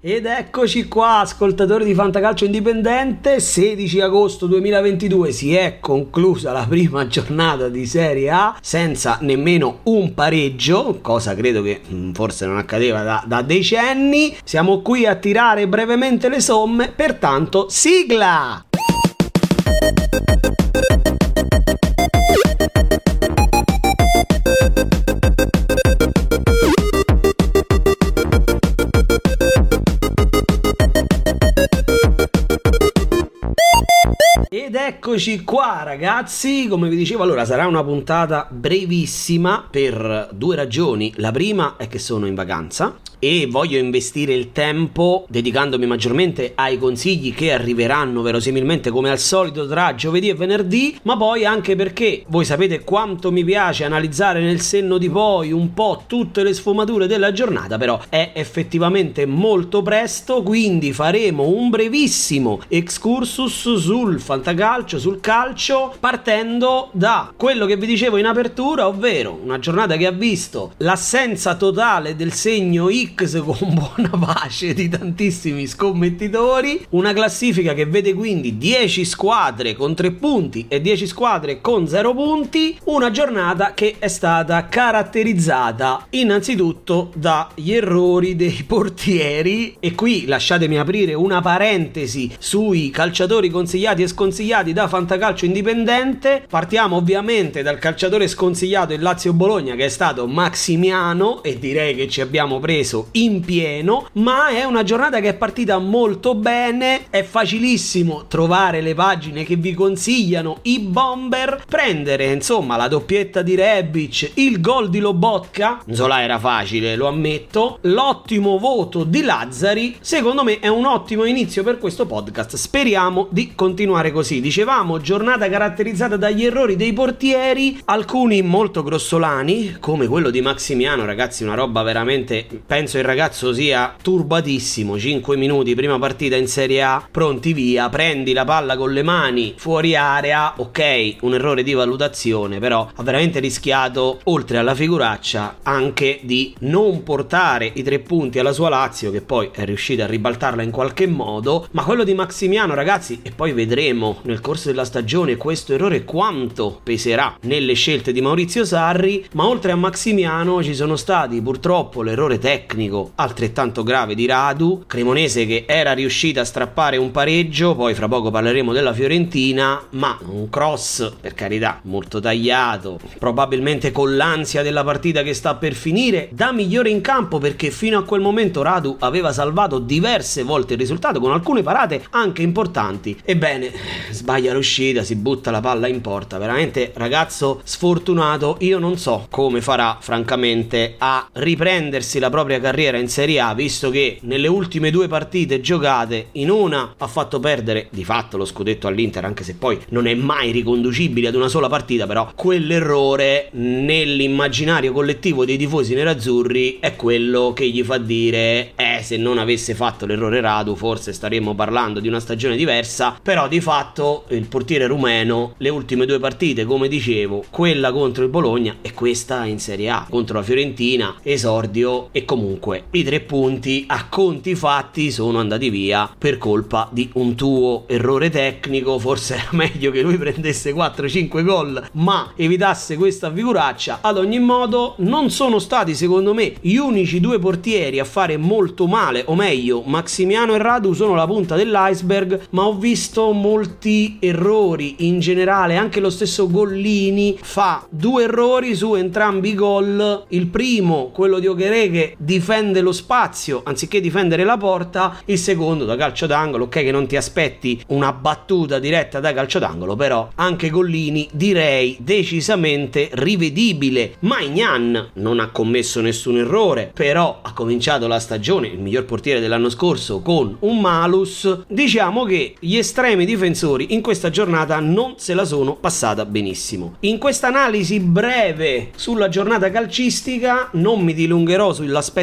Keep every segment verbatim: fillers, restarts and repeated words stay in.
Ed eccoci qua, ascoltatori di Fantacalcio Indipendente. Sedici agosto duemilaventidue si è conclusa la prima giornata di Serie A senza nemmeno un pareggio, cosa credo che forse non accadeva da, da decenni. Siamo qui a tirare brevemente le somme, pertanto sigla! Ed eccoci qua ragazzi, come vi dicevo, allora sarà una puntata brevissima per due ragioni. La prima è che sono in vacanza e voglio investire il tempo dedicandomi maggiormente ai consigli che arriveranno verosimilmente come al solito tra giovedì e venerdì, ma poi anche perché voi sapete quanto mi piace analizzare nel senno di poi un po' tutte le sfumature della giornata, però è effettivamente molto presto, quindi faremo un brevissimo excursus sul fantacalcio, sul calcio, partendo da quello che vi dicevo in apertura, ovvero una giornata che ha visto l'assenza totale del segno X con buona pace di tantissimi scommettitori, una classifica che vede quindi dieci squadre con tre punti e dieci squadre con zero punti, una giornata che è stata caratterizzata innanzitutto dagli errori dei portieri. E qui lasciatemi aprire una parentesi sui calciatori consigliati e sconsigliati da Fantacalcio Indipendente. Partiamo ovviamente dal calciatore sconsigliato in Lazio-Bologna, che è stato Maximiano, e direi che ci abbiamo preso in pieno, ma è una giornata che è partita molto bene. È facilissimo trovare le pagine che vi consigliano i bomber, prendere insomma la doppietta di Rebic, il gol di Lobotka, Zola era facile, lo ammetto, l'ottimo voto di Lazzari. Secondo me è un ottimo inizio per questo podcast, speriamo di continuare così. Dicevamo, giornata caratterizzata dagli errori dei portieri, alcuni molto grossolani come quello di Maximiano, ragazzi, una roba veramente, penso il ragazzo sia turbatissimo. Cinque minuti prima partita in Serie A, pronti via, prendi la palla con le mani fuori area, ok, un errore di valutazione, però ha veramente rischiato, oltre alla figuraccia, anche di non portare i tre punti alla sua Lazio, che poi è riuscita a ribaltarla in qualche modo. Ma quello di Maximiano, ragazzi, e poi vedremo nel corso della stagione questo errore quanto peserà nelle scelte di Maurizio Sarri. Ma oltre a Maximiano ci sono stati purtroppo l'errore tecnico altrettanto grave di Radu, cremonese che era riuscita a strappare un pareggio, poi fra poco parleremo della Fiorentina, ma un cross, per carità, molto tagliato, probabilmente con l'ansia della partita che sta per finire, da migliore in campo, perché fino a quel momento Radu aveva salvato diverse volte il risultato con alcune parate anche importanti. Ebbene, sbaglia l'uscita, si butta la palla in porta, veramente ragazzo sfortunato. Io non so come farà francamente a riprendersi la propria carriera in Serie A, visto che nelle ultime due partite giocate in una ha fatto perdere di fatto lo scudetto all'Inter, anche se poi non è mai riconducibile ad una sola partita, però quell'errore nell'immaginario collettivo dei tifosi nerazzurri è quello che gli fa dire eh se non avesse fatto l'errore Radu forse staremmo parlando di una stagione diversa. Però di fatto il portiere rumeno, le ultime due partite, come dicevo, quella contro il Bologna e questa in Serie A contro la Fiorentina, esordio, e comunque i tre punti a conti fatti sono andati via per colpa di un tuo errore tecnico. Forse era meglio che lui prendesse quattro cinque gol ma evitasse questa figuraccia. Ad ogni modo non sono stati secondo me gli unici due portieri a fare molto male, o meglio Maximiano e Radu sono la punta dell'iceberg, ma ho visto molti errori in generale. Anche lo stesso Gollini fa due errori su entrambi i gol. Il primo, quello di Okereke, difende lo spazio anziché difendere la porta. Il secondo da calcio d'angolo, ok che non ti aspetti una battuta diretta da calcio d'angolo, però anche Gollini direi decisamente rivedibile. Maignan non ha commesso nessun errore, però ha cominciato la stagione, il miglior portiere dell'anno scorso, con un malus. Diciamo che gli estremi difensori in questa giornata non se la sono passata benissimo. In questa analisi breve sulla giornata calcistica non mi dilungherò sull'aspetto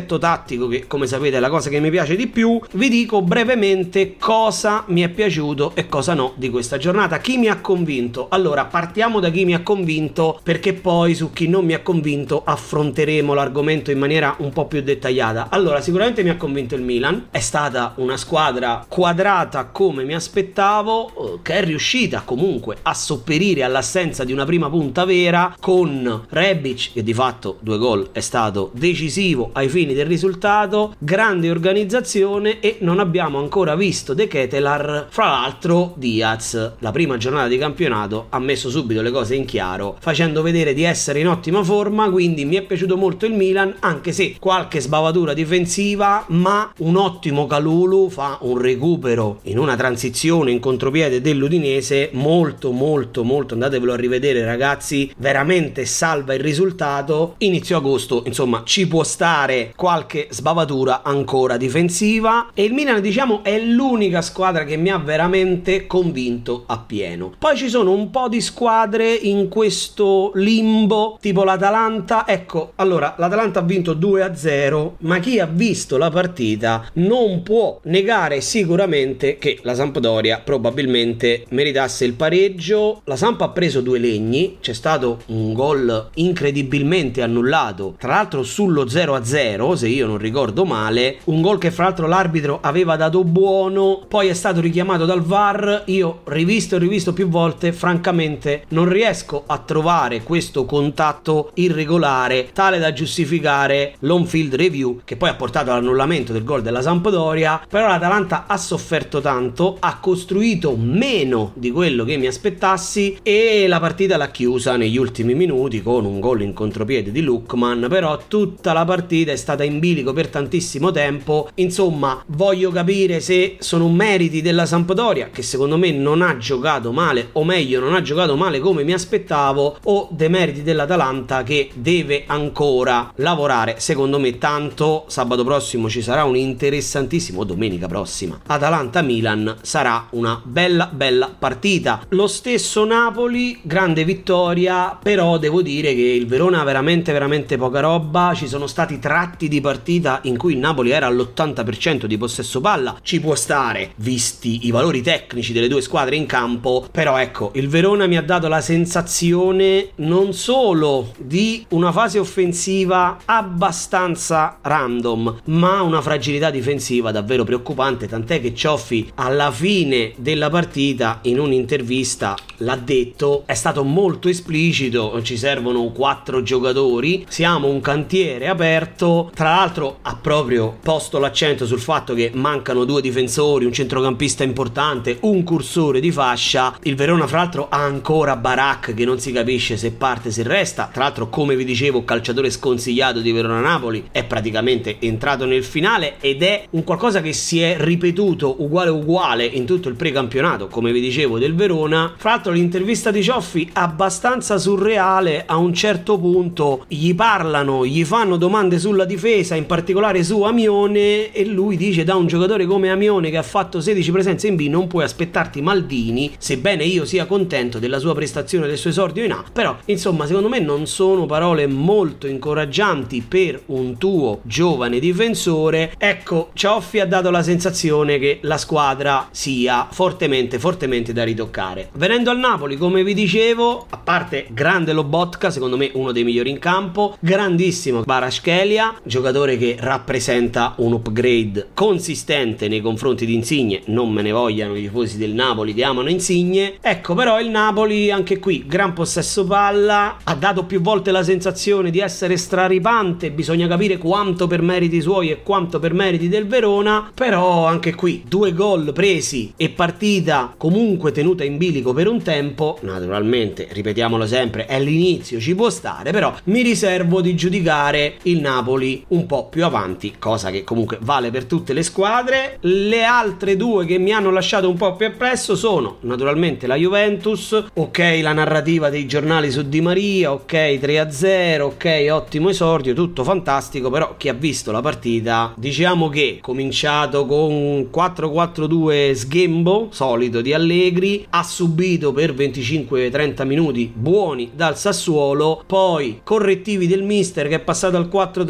l'aspetto tattico, che come sapete è la cosa che mi piace di più, vi dico brevemente cosa mi è piaciuto e cosa no di questa giornata. Chi mi ha convinto? Allora, partiamo da chi mi ha convinto, perché poi su chi non mi ha convinto affronteremo l'argomento in maniera un po' più dettagliata. Allora, sicuramente mi ha convinto il Milan, è stata una squadra quadrata come mi aspettavo, che è riuscita comunque a sopperire all'assenza di una prima punta vera, con Rebic che di fatto due gol è stato decisivo ai fini del risultato, grande organizzazione, e non abbiamo ancora visto De Ketelaere. Fra l'altro Diaz, la prima giornata di campionato, ha messo subito le cose in chiaro facendo vedere di essere in ottima forma, quindi mi è piaciuto molto il Milan, anche se qualche sbavatura difensiva, ma un ottimo Kalulu fa un recupero in una transizione in contropiede dell'Udinese molto molto molto, andatevelo a rivedere ragazzi, veramente salva il risultato. Inizio agosto insomma ci può stare qualche sbavatura ancora difensiva, e il Milan diciamo è l'unica squadra che mi ha veramente convinto appieno. Poi ci sono un po' di squadre in questo limbo, tipo l'Atalanta. Ecco, allora l'Atalanta ha vinto due a zero, ma chi ha visto la partita non può negare sicuramente che la Sampdoria probabilmente meritasse il pareggio. La Samp ha preso due legni, c'è stato un gol incredibilmente annullato, tra l'altro sullo zero a zero se io non ricordo male, un gol che fra l'altro l'arbitro aveva dato buono, poi è stato richiamato dal V A R. Io rivisto e rivisto più volte, francamente non riesco a trovare questo contatto irregolare tale da giustificare l'on-field review, che poi ha portato all'annullamento del gol della Sampdoria. Però l'Atalanta ha sofferto tanto, ha costruito meno di quello che mi aspettassi, e la partita l'ha chiusa negli ultimi minuti con un gol in contropiede di Lookman. Però tutta la partita è stata in bilico per tantissimo tempo. Insomma, voglio capire se sono meriti della Sampdoria, che secondo me non ha giocato male, o meglio non ha giocato male come mi aspettavo, o dei meriti dell'Atalanta, che deve ancora lavorare secondo me tanto. Sabato prossimo ci sarà un interessantissimo, domenica prossima Atalanta-Milan, sarà una bella bella partita. Lo stesso Napoli, grande vittoria, però devo dire che il Verona ha veramente veramente poca roba. Ci sono stati tratti di partita in cui il Napoli era all'ottanta per cento di possesso palla, ci può stare visti i valori tecnici delle due squadre in campo, però ecco, il Verona mi ha dato la sensazione non solo di una fase offensiva abbastanza random, ma una fragilità difensiva davvero preoccupante, tant'è che Cioffi alla fine della partita in un'intervista l'ha detto, è stato molto esplicito: ci servono quattro giocatori, siamo un cantiere aperto. Tra l'altro ha proprio posto l'accento sul fatto che mancano due difensori, un centrocampista importante, un cursore di fascia. Il Verona fra l'altro ha ancora Barak, che non si capisce se parte se resta, tra l'altro come vi dicevo calciatore sconsigliato di Verona-Napoli, è praticamente entrato nel finale, ed è un qualcosa che si è ripetuto uguale uguale in tutto il precampionato, come vi dicevo, del Verona. Fra l'altro l'intervista di Cioffi abbastanza surreale, a un certo punto gli parlano, gli fanno domande sulla difesa, in particolare su Amione, e lui dice: da un giocatore come Amione che ha fatto sedici presenze in B non puoi aspettarti Maldini, sebbene io sia contento della sua prestazione, del suo esordio in A. Però insomma secondo me non sono parole molto incoraggianti per un tuo giovane difensore. Ecco, Cioffi ha dato la sensazione che la squadra sia fortemente fortemente da ritoccare. Venendo al Napoli, come vi dicevo, a parte grande Lobotka, secondo me uno dei migliori in campo, grandissimo Kvaratskhelia, giocatore che rappresenta un upgrade consistente nei confronti di Insigne. Non me ne vogliano i tifosi del Napoli che amano Insigne. Ecco, però il Napoli anche qui gran possesso palla, ha dato più volte la sensazione di essere straripante, bisogna capire quanto per meriti suoi e quanto per meriti del Verona. Però anche qui due gol presi e partita comunque tenuta in bilico per un tempo. Naturalmente, ripetiamolo sempre, è l'inizio, ci può stare, però mi riservo di giudicare il Napoli un po' più avanti, cosa che comunque vale per tutte le squadre. Le altre due che mi hanno lasciato un po' più appresso sono naturalmente la Juventus. Ok, la narrativa dei giornali su Di Maria, ok, tre a zero, ok, ottimo esordio, tutto fantastico, però chi ha visto la partita, diciamo che cominciato con quattro quattro due sghembo solito di Allegri, ha subito per venticinque trenta minuti buoni dal Sassuolo, poi correttivi del mister che è passato al quattro tre tre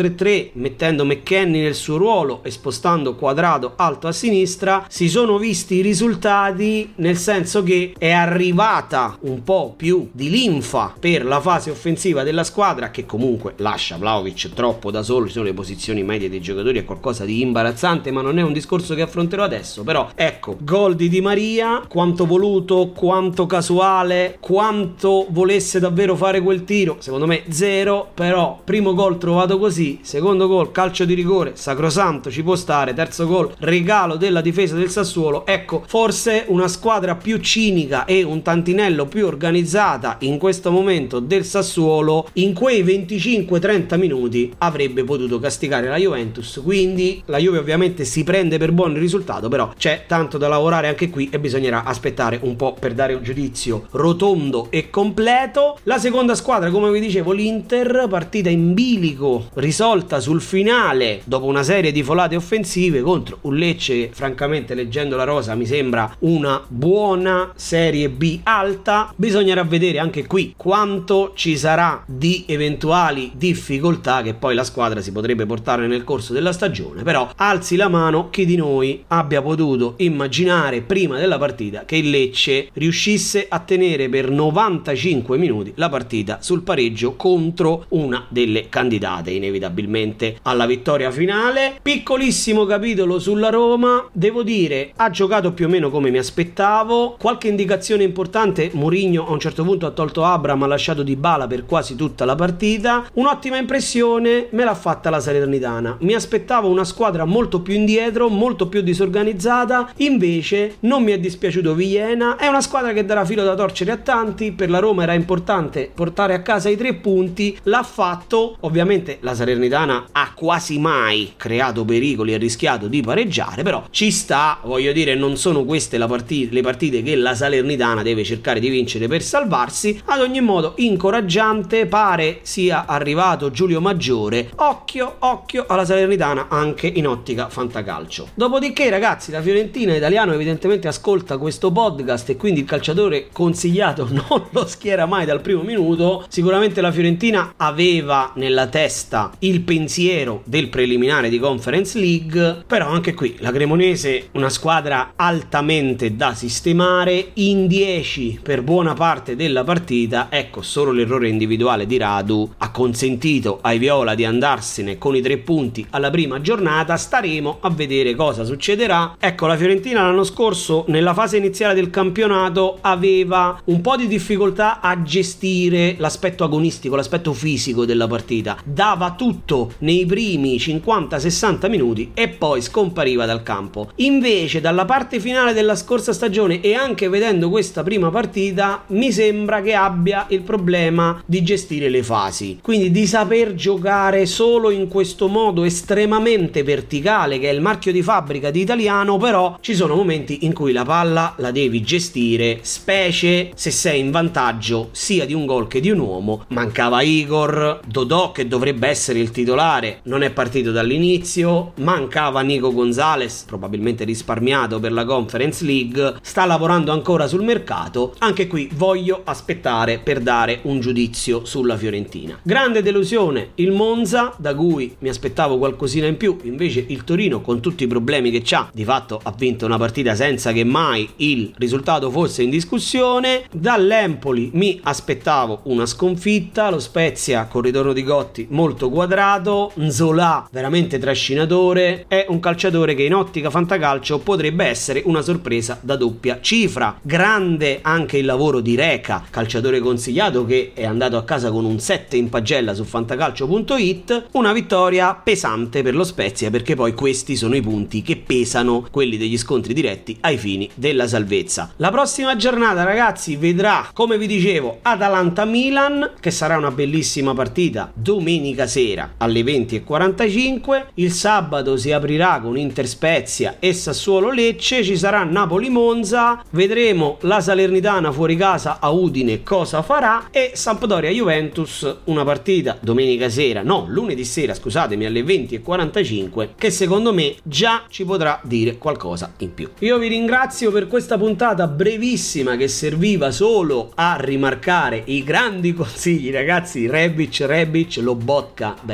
che mettendo McKennie nel suo ruolo e spostando Quadrado alto a sinistra si sono visti i risultati, nel senso che è arrivata un po' più di linfa per la fase offensiva della squadra, che comunque lascia Vlahovic troppo da solo. Ci sono le posizioni medie dei giocatori, è qualcosa di imbarazzante, ma non è un discorso che affronterò adesso. Però ecco, gol di Di Maria, quanto voluto, quanto casuale, quanto volesse davvero fare quel tiro, secondo me zero. Però primo gol trovato così, secondo gol calcio di rigore sacrosanto, ci può stare, terzo gol regalo della difesa del Sassuolo. Ecco, forse una squadra più cinica e un tantinello più organizzata in questo momento del Sassuolo in quei venticinque trenta minuti avrebbe potuto castigare la Juventus. Quindi la Juve ovviamente si prende per buon il risultato, però c'è tanto da lavorare anche qui e bisognerà aspettare un po' per dare un giudizio rotondo e completo. La seconda squadra, come vi dicevo, l'Inter, partita in bilico risolta sul finale dopo una serie di folate offensive contro un Lecce che, francamente, leggendo la rosa mi sembra una buona Serie B alta. Bisognerà vedere anche qui quanto ci sarà di eventuali difficoltà che poi la squadra si potrebbe portare nel corso della stagione. Però alzi la mano chi di noi abbia potuto immaginare prima della partita che il Lecce riuscisse a tenere per novantacinque minuti la partita sul pareggio contro una delle candidate inevitabilmente alla vittoria finale. Piccolissimo capitolo sulla Roma, devo dire ha giocato più o meno come mi aspettavo. Qualche indicazione importante: Mourinho a un certo punto ha tolto Abraham, ha lasciato Dybala per quasi tutta la partita. Un'ottima impressione me l'ha fatta la Salernitana, mi aspettavo una squadra molto più indietro, molto più disorganizzata, invece non mi è dispiaciuto Villena. È una squadra che darà filo da torcere a tanti, per la Roma era importante portare a casa i tre punti, l'ha fatto. Ovviamente la Salernitana ha quasi mai creato pericoli e rischiato di pareggiare, però ci sta, voglio dire, non sono queste la partita, le partite che la Salernitana deve cercare di vincere per salvarsi. Ad ogni modo incoraggiante, pare sia arrivato Giulio Maggiore, occhio occhio alla Salernitana anche in ottica fantacalcio. Dopodiché ragazzi, la Fiorentina, italiano evidentemente ascolta questo podcast e quindi il calciatore consigliato non lo schiera mai dal primo minuto. Sicuramente la Fiorentina aveva nella testa il pensiero del preliminare di Conference League, però anche qui la Cremonese, una squadra altamente da sistemare, in dieci per buona parte della partita. Ecco, solo l'errore individuale di Radu ha consentito ai viola di andarsene con i tre punti alla prima giornata. Staremo a vedere cosa succederà. Ecco, la Fiorentina l'anno scorso nella fase iniziale del campionato aveva un po' di difficoltà a gestire l'aspetto agonistico, l'aspetto fisico della partita, dava tutto nei primi cinquanta sessanta minuti e poi scompariva dal campo. Invece dalla parte finale della scorsa stagione e anche vedendo questa prima partita mi sembra che abbia il problema di gestire le fasi, quindi di saper giocare solo in questo modo estremamente verticale che è il marchio di fabbrica di Italiano. Però ci sono momenti in cui la palla la devi gestire, specie se sei in vantaggio sia di un gol che di un uomo. Mancava Igor, Dodò che dovrebbe essere il titolare non è partito dall'inizio, mancava Nico Gonzalez, probabilmente risparmiato per la Conference League, sta lavorando ancora sul mercato. Anche qui voglio aspettare per dare un giudizio sulla Fiorentina. Grande delusione il Monza, da cui mi aspettavo qualcosina in più, invece il Torino, con tutti i problemi che c'ha, di fatto ha vinto una partita senza che mai il risultato fosse in discussione. Dall'Empoli mi aspettavo una sconfitta, lo Spezia con ritorno di Gotti molto quadrato, Nzola veramente trascinatore, è un calciatore che in ottica fantacalcio potrebbe essere una sorpresa da doppia cifra. Grande anche il lavoro di Reca, calciatore consigliato che è andato a casa con un sette in pagella su fantacalcio punto it. Una vittoria pesante per lo Spezia, perché poi questi sono i punti che pesano, quelli degli scontri diretti ai fini della salvezza. La prossima giornata ragazzi vedrà, come vi dicevo, Atalanta-Milan, che sarà una bellissima partita domenica sera alle venti e quarantacinque. Il sabato si aprirà con Inter-Spezia e Sassuolo-Lecce, ci sarà Napoli-Monza, vedremo la Salernitana fuori casa a Udine cosa farà, e Sampdoria-Juventus, una partita domenica sera, no lunedì sera scusatemi, alle venti e quarantacinque, che secondo me già ci potrà dire qualcosa in più. Io vi ringrazio per questa puntata brevissima che serviva solo a rimarcare i grandi consigli ragazzi. Rebic, Rebic, Lobotka veramente veramente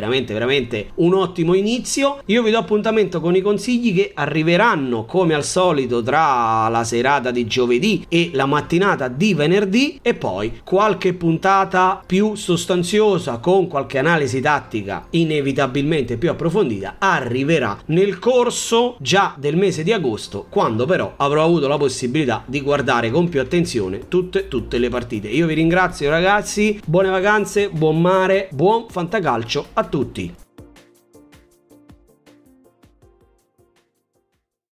veramente un ottimo inizio. Io vi do appuntamento con i consigli che arriveranno come al solito tra la serata di giovedì e la mattinata di venerdì, e poi qualche puntata più sostanziosa con qualche analisi tattica inevitabilmente più approfondita arriverà nel corso già del mese di agosto, quando però avrò avuto la possibilità di guardare con più attenzione tutte tutte le partite. Io vi ringrazio ragazzi, buone vacanze, buon mare, buon fantacalcio a tutti.